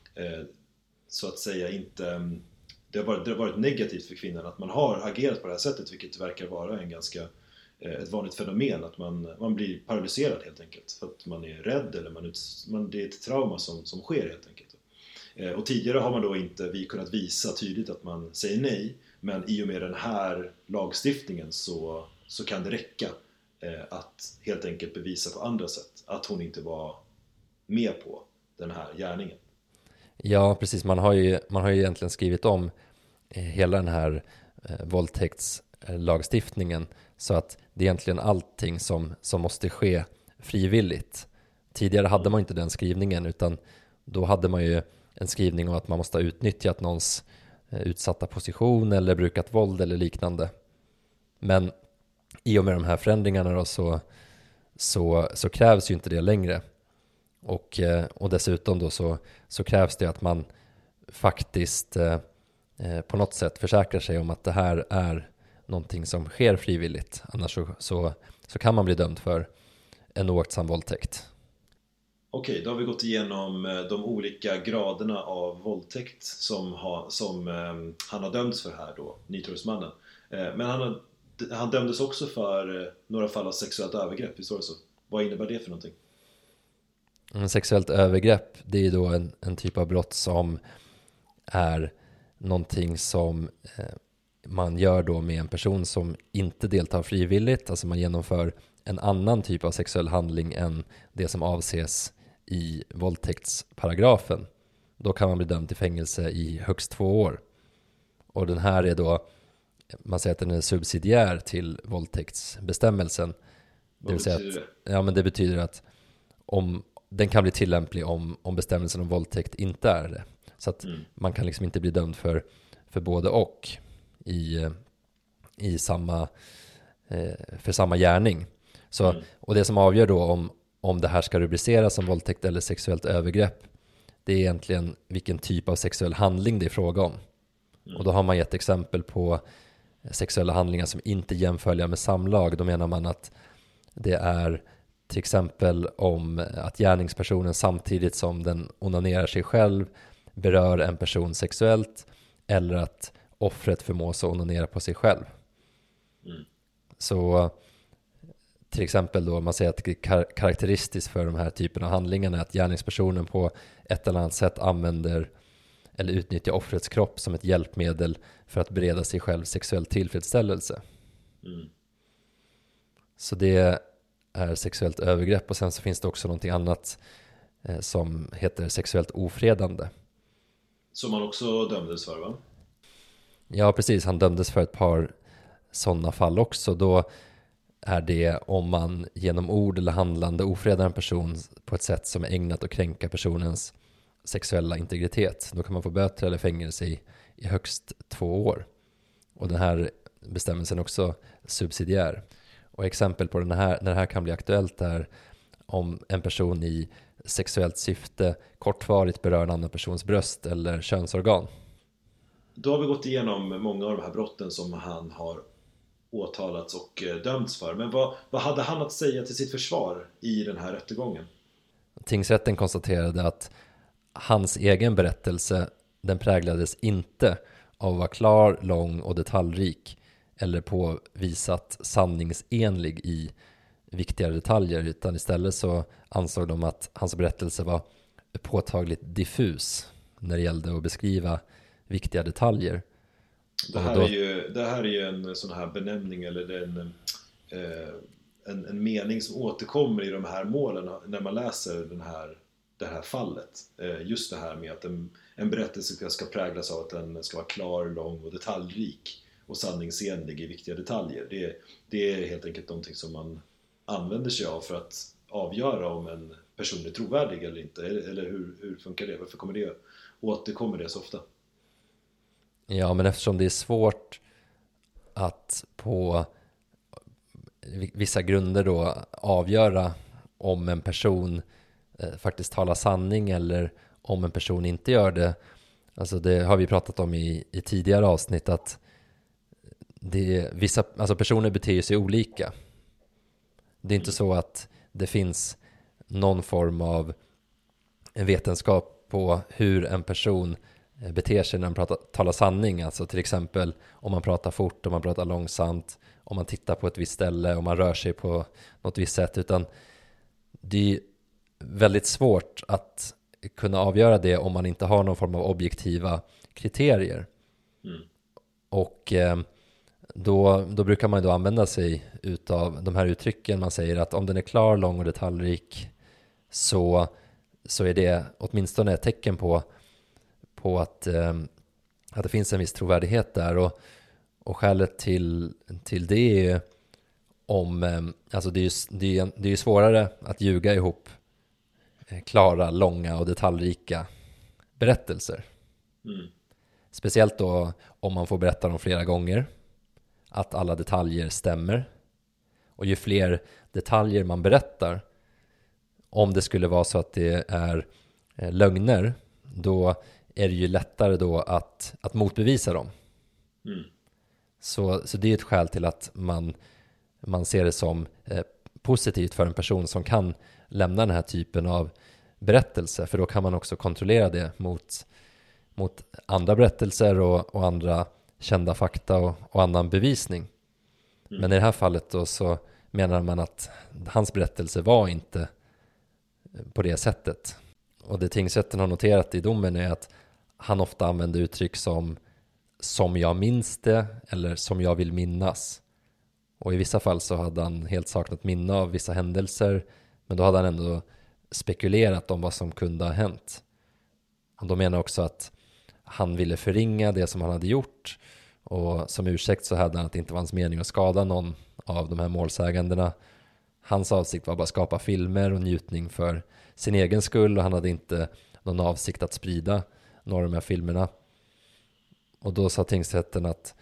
så att säga inte, det har varit negativt för kvinnan att man har agerat på det här sättet, vilket verkar vara ett vanligt fenomen, att man blir paralyserad helt enkelt för att man är rädd eller det är ett trauma som sker helt enkelt. Och tidigare har man då inte kunnat visa tydligt att man säger nej, men i och med den här lagstiftningen så kan det räcka att helt enkelt bevisa på andra sätt att hon inte var med på den här gärningen. Ja, precis. Man har ju egentligen skrivit om hela den här våldtäktslagstiftningen så att det är egentligen allting som måste ske frivilligt. Tidigare hade man inte den skrivningen, utan då hade man ju en skrivning om att man måste ha utnyttjat någons utsatta position eller brukat våld eller liknande. Men i och med de här förändringarna då så krävs ju inte det längre. Och dessutom då så krävs det att man faktiskt på något sätt försäkrar sig om att det här är någonting som sker frivilligt. Annars så kan man bli dömd för en oaktsam våldtäkt. Okej, då har vi gått igenom de olika graderna av våldtäkt som han har dömts för här då, Nytorgsmannen. Men han dömdes också för några fall av sexuellt övergrepp, visst var det så? Vad innebär det för någonting? Sexuellt övergrepp, det är då en typ av brott som är någonting som man gör då med en person som inte deltar frivilligt. Alltså man genomför en annan typ av sexuell handling än det som avses i våldtäktsparagrafen. Då kan man bli dömd till fängelse i högst 2 år. Och den här är då, man säger att den är subsidiär till våldtäktsbestämmelsen. Vad betyder det? Ja, men det betyder att den kan bli tillämplig om bestämmelsen om våldtäkt inte är det. Så att man kan liksom inte bli dömd för både och i samma för samma gärning. Så, och det som avgör då om det här ska rubriceras som våldtäkt eller sexuellt övergrepp, det är egentligen vilken typ av sexuell handling det är fråga om. Och då har man gett exempel på sexuella handlingar som inte är jämförliga med samlag. Då menar man att det är till exempel om att gärningspersonen samtidigt som den onanerar sig själv berör en person sexuellt, eller att offret förmås att onanera på sig själv. Så till exempel då man säger att det är karaktäristiskt för de här typerna av handlingarna är att gärningspersonen på ett eller annat sätt använder eller utnyttjar offrets kropp som ett hjälpmedel för att bereda sig själv sexuell tillfredsställelse. Så det är sexuellt övergrepp. Och sen så finns det också någonting annat som heter sexuellt ofredande. Som man också dömdes för, va? Ja, precis. Han dömdes för ett par sådana fall också. Då är det om man genom ord eller handlande ofredar en person på ett sätt som är ägnat att kränka personens sexuella integritet. Då kan man få böter eller fängelse i högst 2 år. Och den här bestämmelsen är också subsidiär. Och exempel på när det här kan bli aktuellt är om en person i sexuellt syfte kortvarigt berör en annan persons bröst eller könsorgan. Då har vi gått igenom många av de här brotten som han har åtalats och dömts för. Men vad hade han att säga till sitt försvar i den här rättegången? Tingsrätten konstaterade att hans egen berättelse, den präglades inte av att vara klar, lång och detaljrik eller påvisat sanningsenlig i viktigare detaljer, utan istället så ansåg de att hans berättelse var påtagligt diffus när det gällde att beskriva viktiga detaljer. Det här är ju en sån här benämning eller en mening som återkommer i de här målen när man läser det här fallet. Just det här med att en berättelse ska präglas av att den ska vara klar, lång och detaljrik och sanningsenlig i viktiga detaljer. Det är helt enkelt någonting som man använder sig av för att avgöra om en person är trovärdig eller inte. Eller hur funkar det? Varför återkommer det så ofta? Ja, men eftersom det är svårt att på vissa grunder då avgöra om en person faktiskt talar sanning eller om en person inte gör det. Alltså det har vi pratat om i tidigare avsnitt, att alltså personer beter sig olika. Det är inte så att det finns någon form av vetenskap på hur en person beter sig när man talar sanning. Alltså till exempel om man pratar fort, om man pratar långsamt, om man tittar på ett visst ställe, om man rör sig på något visst sätt. Utan det är väldigt svårt att kunna avgöra det om man inte har någon form av objektiva kriterier. Och då brukar man då använda sig utav de här uttrycken. Man säger att om den är klar, lång och detaljrik så är det åtminstone ett tecken på att det finns en viss trovärdighet där. Och skälet till det är alltså det är ju svårare att ljuga ihop klara, långa och detaljrika berättelser. Speciellt då om man får berätta dem flera gånger, att alla detaljer stämmer. Och ju fler detaljer man berättar, om det skulle vara så att det är lögner, då är det ju lättare då att motbevisa dem. Så det är ett skäl till att man ser det som positivt för en person som kan lämna den här typen av berättelse, för då kan man också kontrollera det mot andra berättelser och andra kända fakta och annan bevisning. Men i det här fallet då så menar man att hans berättelse var inte på det sättet. Och det tingsrätten har noterat i domen är att han ofta använde uttryck som jag minns det eller som jag vill minnas. Och i vissa fall så hade han helt saknat minne av vissa händelser, men då hade han ändå spekulerat om vad som kunde ha hänt. Och de menar också att han ville förringa det som han hade gjort, och som ursäkt så hade han att det inte var hans mening att skada någon av de här målsägandena. Hans avsikt var bara att skapa filmer och njutning för sin egen skull, och han hade inte någon avsikt att sprida några av de här filmerna. Och då sa tingsrätten att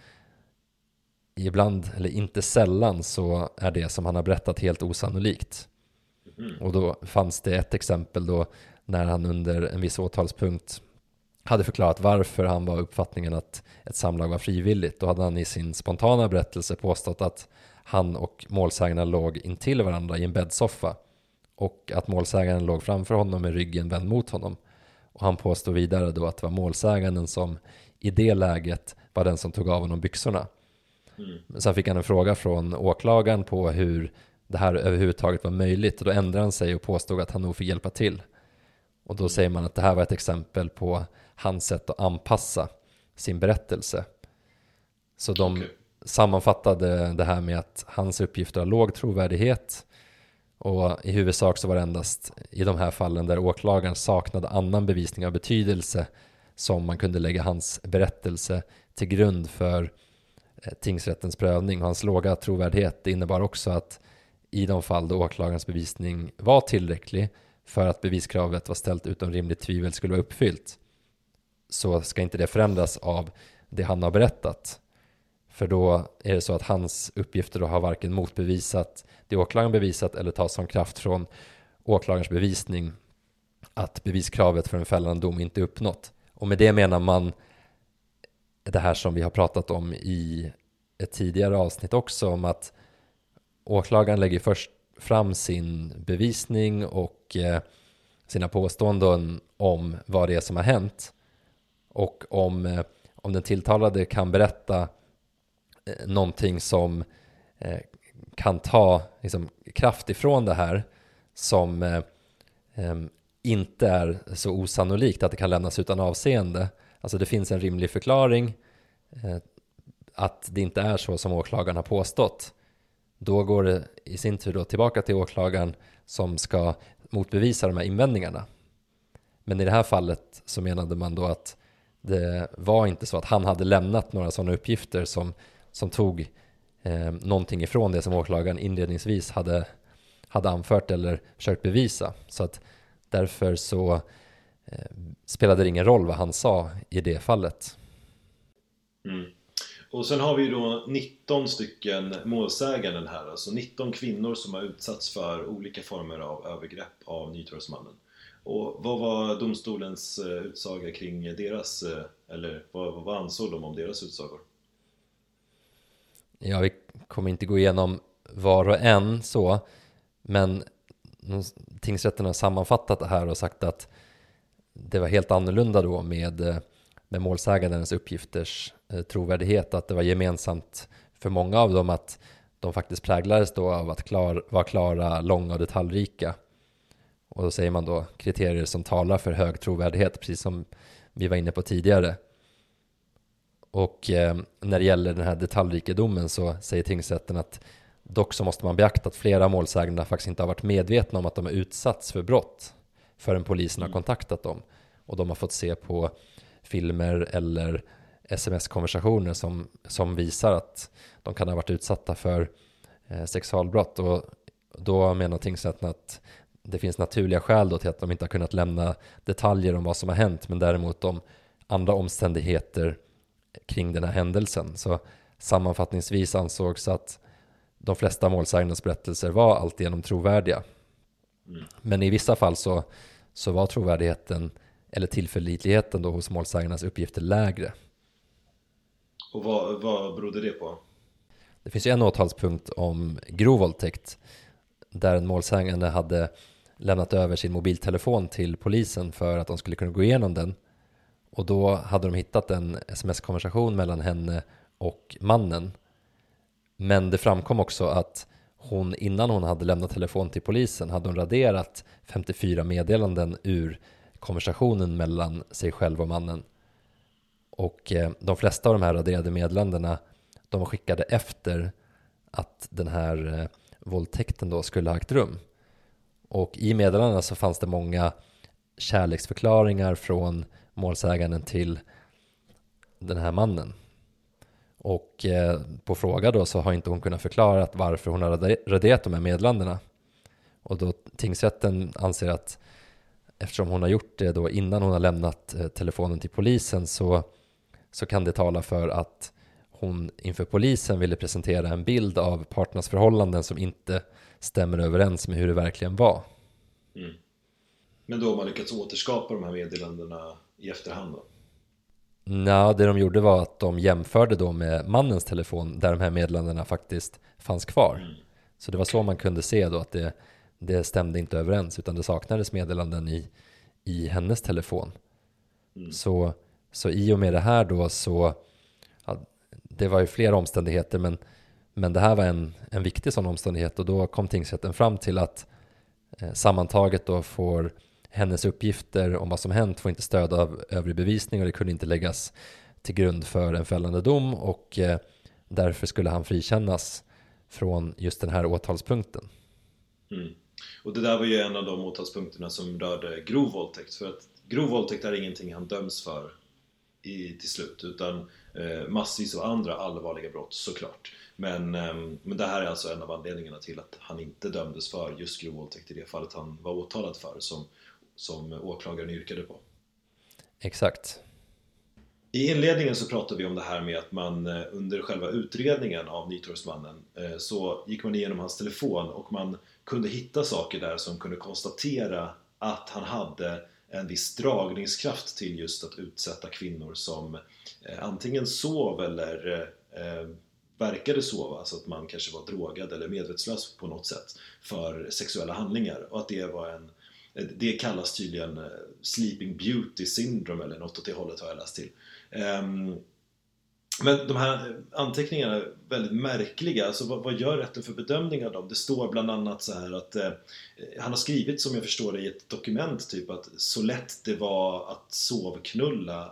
ibland, eller inte sällan, så är det som han har berättat helt osannolikt. Och då fanns det ett exempel då när han under en viss åtalspunkt hade förklarat varför han var uppfattningen att ett samlag var frivilligt. Då hade han i sin spontana berättelse påstått att han och målsägarna låg intill varandra i en bäddsoffa, och att målsägaren låg framför honom med ryggen vänd mot honom. Och han påstod vidare då att det var målsäganden som i det läget var den som tog av honom byxorna. Sen fick han en fråga från åklagaren på hur det här överhuvudtaget var möjligt, och då ändrade han sig och påstod att han nog fick hjälpa till. Och då säger man att det här var ett exempel på hans sätt att anpassa sin berättelse. Så de sammanfattade det här med att hans uppgifter har låg trovärdighet, och i huvudsak så var det endast i de här fallen där åklagaren saknade annan bevisning av betydelse som man kunde lägga hans berättelse till grund för tingsrättens prövning. Och hans låga trovärdighet innebar också att i de fall då åklagarens bevisning var tillräcklig för att beviskravet var ställt utom rimligt tvivel skulle vara uppfyllt, så ska inte det förändras av det han har berättat. För då är det så att hans uppgifter då har varken motbevisat det åklagaren bevisat eller tas som kraft från åklagarens bevisning att beviskravet för en fällande dom inte är uppnått. Och med det menar man det här som vi har pratat om i ett tidigare avsnitt också, om att åklagaren lägger först fram sin bevisning och sina påståenden om vad det är som har hänt. Och om den tilltalade kan berätta någonting som kan ta liksom kraft ifrån det här, som inte är så osannolikt att det kan lämnas utan avseende. Alltså det finns en rimlig förklaring att det inte är så som åklagaren har påstått. Då går det i sin tur då tillbaka till åklagaren som ska motbevisa de här invändningarna. Men i det här fallet så menade man då att det var inte så att han hade lämnat några sådana uppgifter som tog någonting ifrån det som åklagaren inledningsvis hade anfört eller försökt bevisa. Så att därför så spelade det ingen roll vad han sa i det fallet. Mm. Och sen har vi ju då 19 stycken målsäganden här, alltså 19 kvinnor som har utsatts för olika former av övergrepp av Nytorgsmannen. Och vad var domstolens utsaga kring deras, eller vad ansåg de om deras utsagor? Ja, vi kommer inte gå igenom var och en så, men tingsrätten har sammanfattat det här och sagt att det var helt annorlunda då med målsägandens uppgifters trovärdighet, att det var gemensamt för många av dem att de faktiskt präglades då av att vara klara, långa och detaljrika. Och då säger man då kriterier som talar för hög trovärdighet, precis som vi var inne på tidigare. Och när det gäller den här detaljrikedomen så säger tingsrätten att dock så måste man beakta att flera målsägande faktiskt inte har varit medvetna om att de har utsatts för brott förrän polisen har kontaktat dem. Och de har fått se på filmer eller sms-konversationer som visar att de kan ha varit utsatta för sexualbrott. Och då menar tingsrätten att det finns naturliga skäl då till att de inte har kunnat lämna detaljer om vad som har hänt, men däremot om andra omständigheter kring den här händelsen. Så sammanfattningsvis ansågs att de flesta målsägandes berättelser var alltigenom trovärdiga. Men i vissa fall så var trovärdigheten eller tillförlitligheten då hos målsägarnas uppgifter lägre. Och vad berodde det på? Det finns ju en åtalspunkt om grov våldtäkt där en målsägande hade lämnat över sin mobiltelefon till polisen för att de skulle kunna gå igenom den. Och då hade de hittat en sms-konversation mellan henne och mannen. Men det framkom också att hon, innan hon hade lämnat telefon till polisen, hade hon raderat 54 meddelanden ur konversationen mellan sig själv och mannen. Och de flesta av de här raderade meddelandena, de var skickade efter att den här våldtäkten då skulle ha ägt rum. Och i meddelandena så fanns det många kärleksförklaringar från målsäganden till den här mannen. Och på fråga då så har inte hon kunnat förklara att varför hon har raderat de här meddelandena. Och då tingsrätten anser att eftersom hon har gjort det då innan hon har lämnat telefonen till polisen så kan det tala för att hon inför polisen ville presentera en bild av parternas förhållanden som inte stämmer överens med hur det verkligen var. Mm. Men då har man lyckats återskapa de här meddelandena i efterhand då? Nej, det de gjorde var att de jämförde då med mannens telefon där de här meddelandena faktiskt fanns kvar. Mm. Så det var så man kunde se då att det stämde inte överens, utan det saknades meddelanden i hennes telefon. Mm. Så i och med det här då så det var ju flera omständigheter, men det här var en viktig sån omständighet, och då kom tingsrätten fram till att sammantaget då får hennes uppgifter om vad som hänt får inte stöd av övrig bevisning, och det kunde inte läggas till grund för en fällande dom, och därför skulle han frikännas från just den här åtalspunkten. Mm. Och det där var ju en av de åtalspunkterna som rörde grov våldtäkt, för att grov våldtäkt är ingenting han döms för till slut, utan massvis av andra allvarliga brott såklart. Men det här är alltså en av anledningarna till att han inte dömdes för just grov våldtäkt i det fallet han var åtalad för, som åklagaren yrkade på. Exakt. I inledningen så pratade vi om det här med att man under själva utredningen av Nytorgsmannen så gick man igenom hans telefon, och man kunde hitta saker där som kunde konstatera att han hade en viss dragningskraft till just att utsätta kvinnor som antingen sov eller verkade sova, alltså att man kanske var drogad eller medvetslös på något sätt för sexuella handlingar, och att det kallas tydligen Sleeping Beauty syndrome eller något åt det hållet har jag läst till. Men de här anteckningarna är väldigt märkliga. Alltså vad gör rätten för bedömning av dem? Det står bland annat så här att han har skrivit, som jag förstår det, i ett dokument typ att så lätt det var att sovknulla,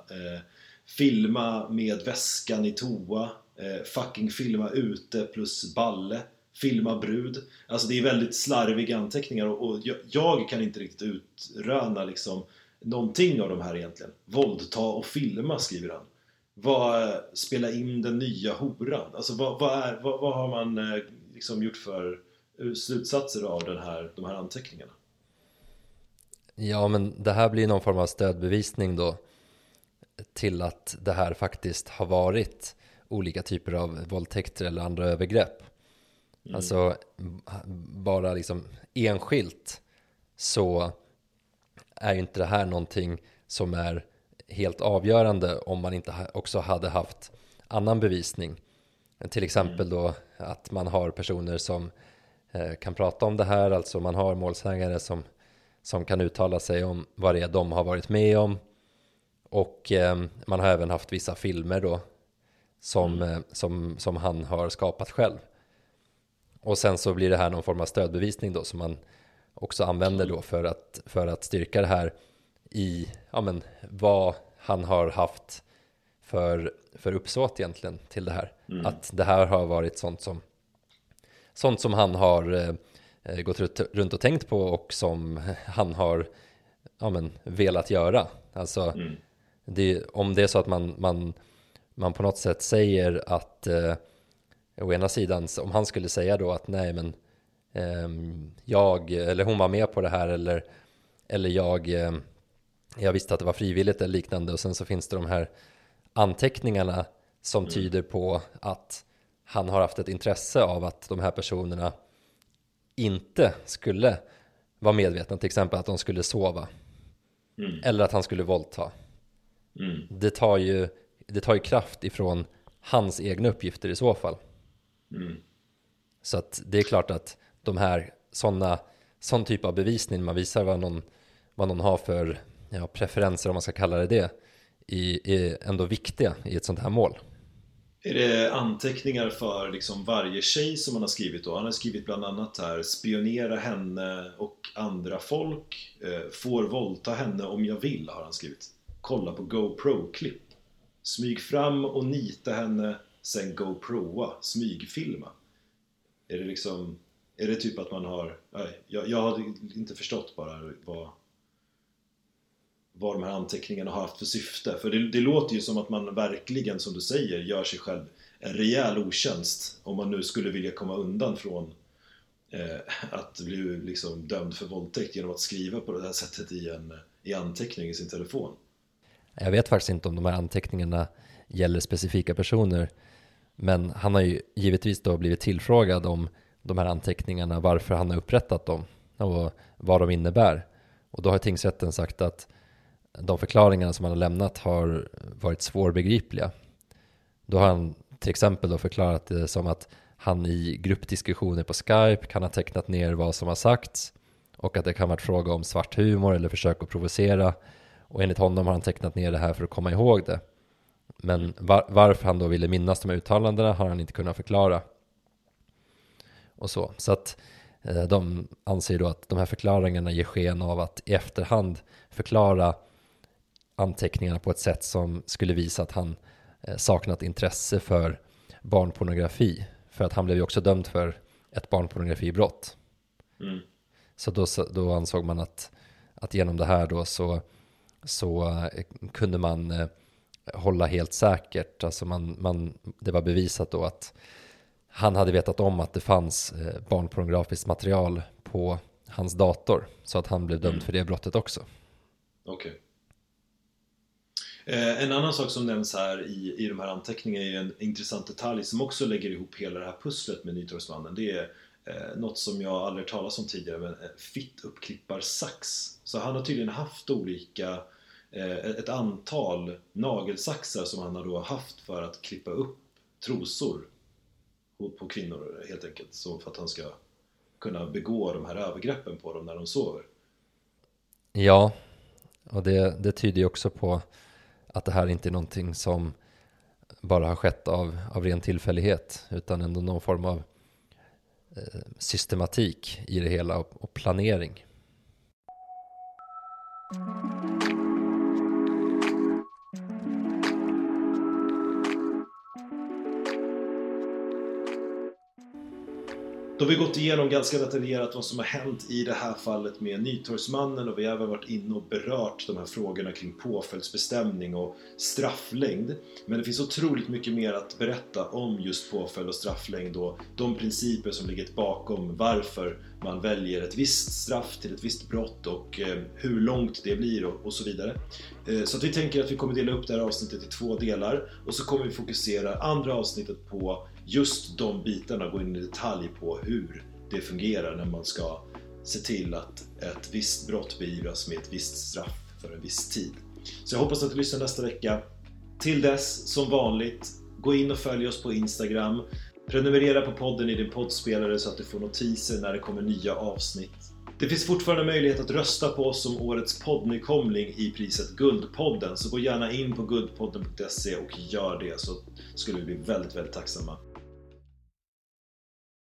filma med väskan i toa, fucking filma ute plus balle, filma brud. Alltså det är väldigt slarviga anteckningar och jag kan inte riktigt utröna liksom någonting av de här egentligen. Våldta och filma, skriver han. Spela in den nya horan. Alltså vad har man liksom gjort för slutsatser av de här anteckningarna? Ja, men det här blir någon form av stödbevisning då till att det här faktiskt har varit olika typer av våldtäkter eller andra övergrepp. Alltså bara liksom enskilt så är ju inte det här någonting som är helt avgörande om man inte också hade haft annan bevisning. Till exempel då att man har personer som kan prata om det här, alltså man har målsägare som kan uttala sig om vad det är de har varit med om. Och man har även haft vissa filmer då som han har skapat själv. Och sen så blir det här någon form av stödbevisning då som man också använder då för att styrka det här i vad han har haft för uppsåt egentligen till det här. Att det här har varit sånt som han har gått runt och tänkt på och som han har velat göra. Alltså om det är så att man på något sätt säger att å ena sidan, om han skulle säga då att nej men jag eller hon var med på det här eller jag visste att det var frivilligt eller liknande, och sen så finns det de här anteckningarna som tyder på att han har haft ett intresse av att de här personerna inte skulle vara medvetna, till exempel att de skulle sova eller att han skulle våldta. Det tar ju kraft ifrån hans egna uppgifter i så fall. Så att det är klart att de här sån typ av bevisning, man visar vad någon har för preferenser, om man ska kalla det, är ändå viktiga i ett sånt här mål. Är det anteckningar för liksom varje tjej som han har skrivit då? Han har skrivit bland annat här: spionera henne och andra folk, får våldta henne om jag vill, har han skrivit. Kolla på GoPro-klipp, smyg fram och nita henne, sen GoProa, smygfilma. Är det typ att man har... Jag hade inte förstått bara vad de här anteckningarna har haft för syfte. För det låter ju som att man verkligen, som du säger, gör sig själv en rejäl otjänst om man nu skulle vilja komma undan från att bli liksom dömd för våldtäkt genom att skriva på det här sättet i anteckning i sin telefon. Jag vet faktiskt inte om de här anteckningarna gäller specifika personer, men han har ju givetvis då blivit tillfrågad om de här anteckningarna, varför han har upprättat dem och vad de innebär. Och då har tingsrätten sagt att de förklaringarna som han har lämnat har varit svårbegripliga. Då har han till exempel då förklarat det som att han i gruppdiskussioner på Skype kan ha tecknat ner vad som har sagts och att det kan vara fråga om svart humor eller försök att provocera. Och enligt honom har han tecknat ner det här för att komma ihåg det. Men varför han då ville minnas de här uttalandena har han inte kunnat förklara. Och så att de anser då att de här förklaringarna ger sken av att i efterhand förklara anteckningarna på ett sätt som skulle visa att han saknat intresse för barnpornografi. För att han blev ju också dömd för ett barnpornografibrott. Så då ansåg man att genom det här då så kunde man hålla helt säkert. Alltså det var bevisat då att han hade vetat om att det fanns barnpornografiskt material på hans dator. Så att han blev dömd för det brottet också. Okej. En annan sak som nämns här i de här anteckningarna är en intressant detalj som också lägger ihop hela det här pusslet med Nytorgsmannen. Det är något som jag aldrig talat om tidigare, men fittuppklipparsax. Så han har tydligen haft ett antal nagelsaxar som han har då haft för att klippa upp trosor på kvinnor helt enkelt, så för att han ska kunna begå de här övergreppen på dem när de sover. Ja, och det tyder ju också på att det här inte är någonting som bara har skett av ren tillfällighet, utan ändå någon form av systematik i det hela och planering. Då har vi gått igenom ganska detaljerat vad som har hänt i det här fallet med Nytorgsmannen, och vi har även varit inne och berört de här frågorna kring påföljdsbestämning och strafflängd. Men det finns otroligt mycket mer att berätta om just påföljd och strafflängd och de principer som ligger bakom varför man väljer ett visst straff till ett visst brott och hur långt det blir och så vidare. Så att vi tänker att vi kommer dela upp det här avsnittet i 2 delar, och så kommer vi fokusera andra avsnittet på just de bitarna, gå in i detalj på hur det fungerar när man ska se till att ett visst brott beivras med ett visst straff för en viss tid. Så jag hoppas att du lyssnar nästa vecka. Till dess, som vanligt, gå in och följ oss på Instagram. Prenumerera på podden i din poddspelare så att du får notiser när det kommer nya avsnitt. Det finns fortfarande möjlighet att rösta på oss som årets poddnykomling i priset Guldpodden, så gå gärna in på guldpodden.se och gör det, så skulle vi bli väldigt, väldigt tacksamma.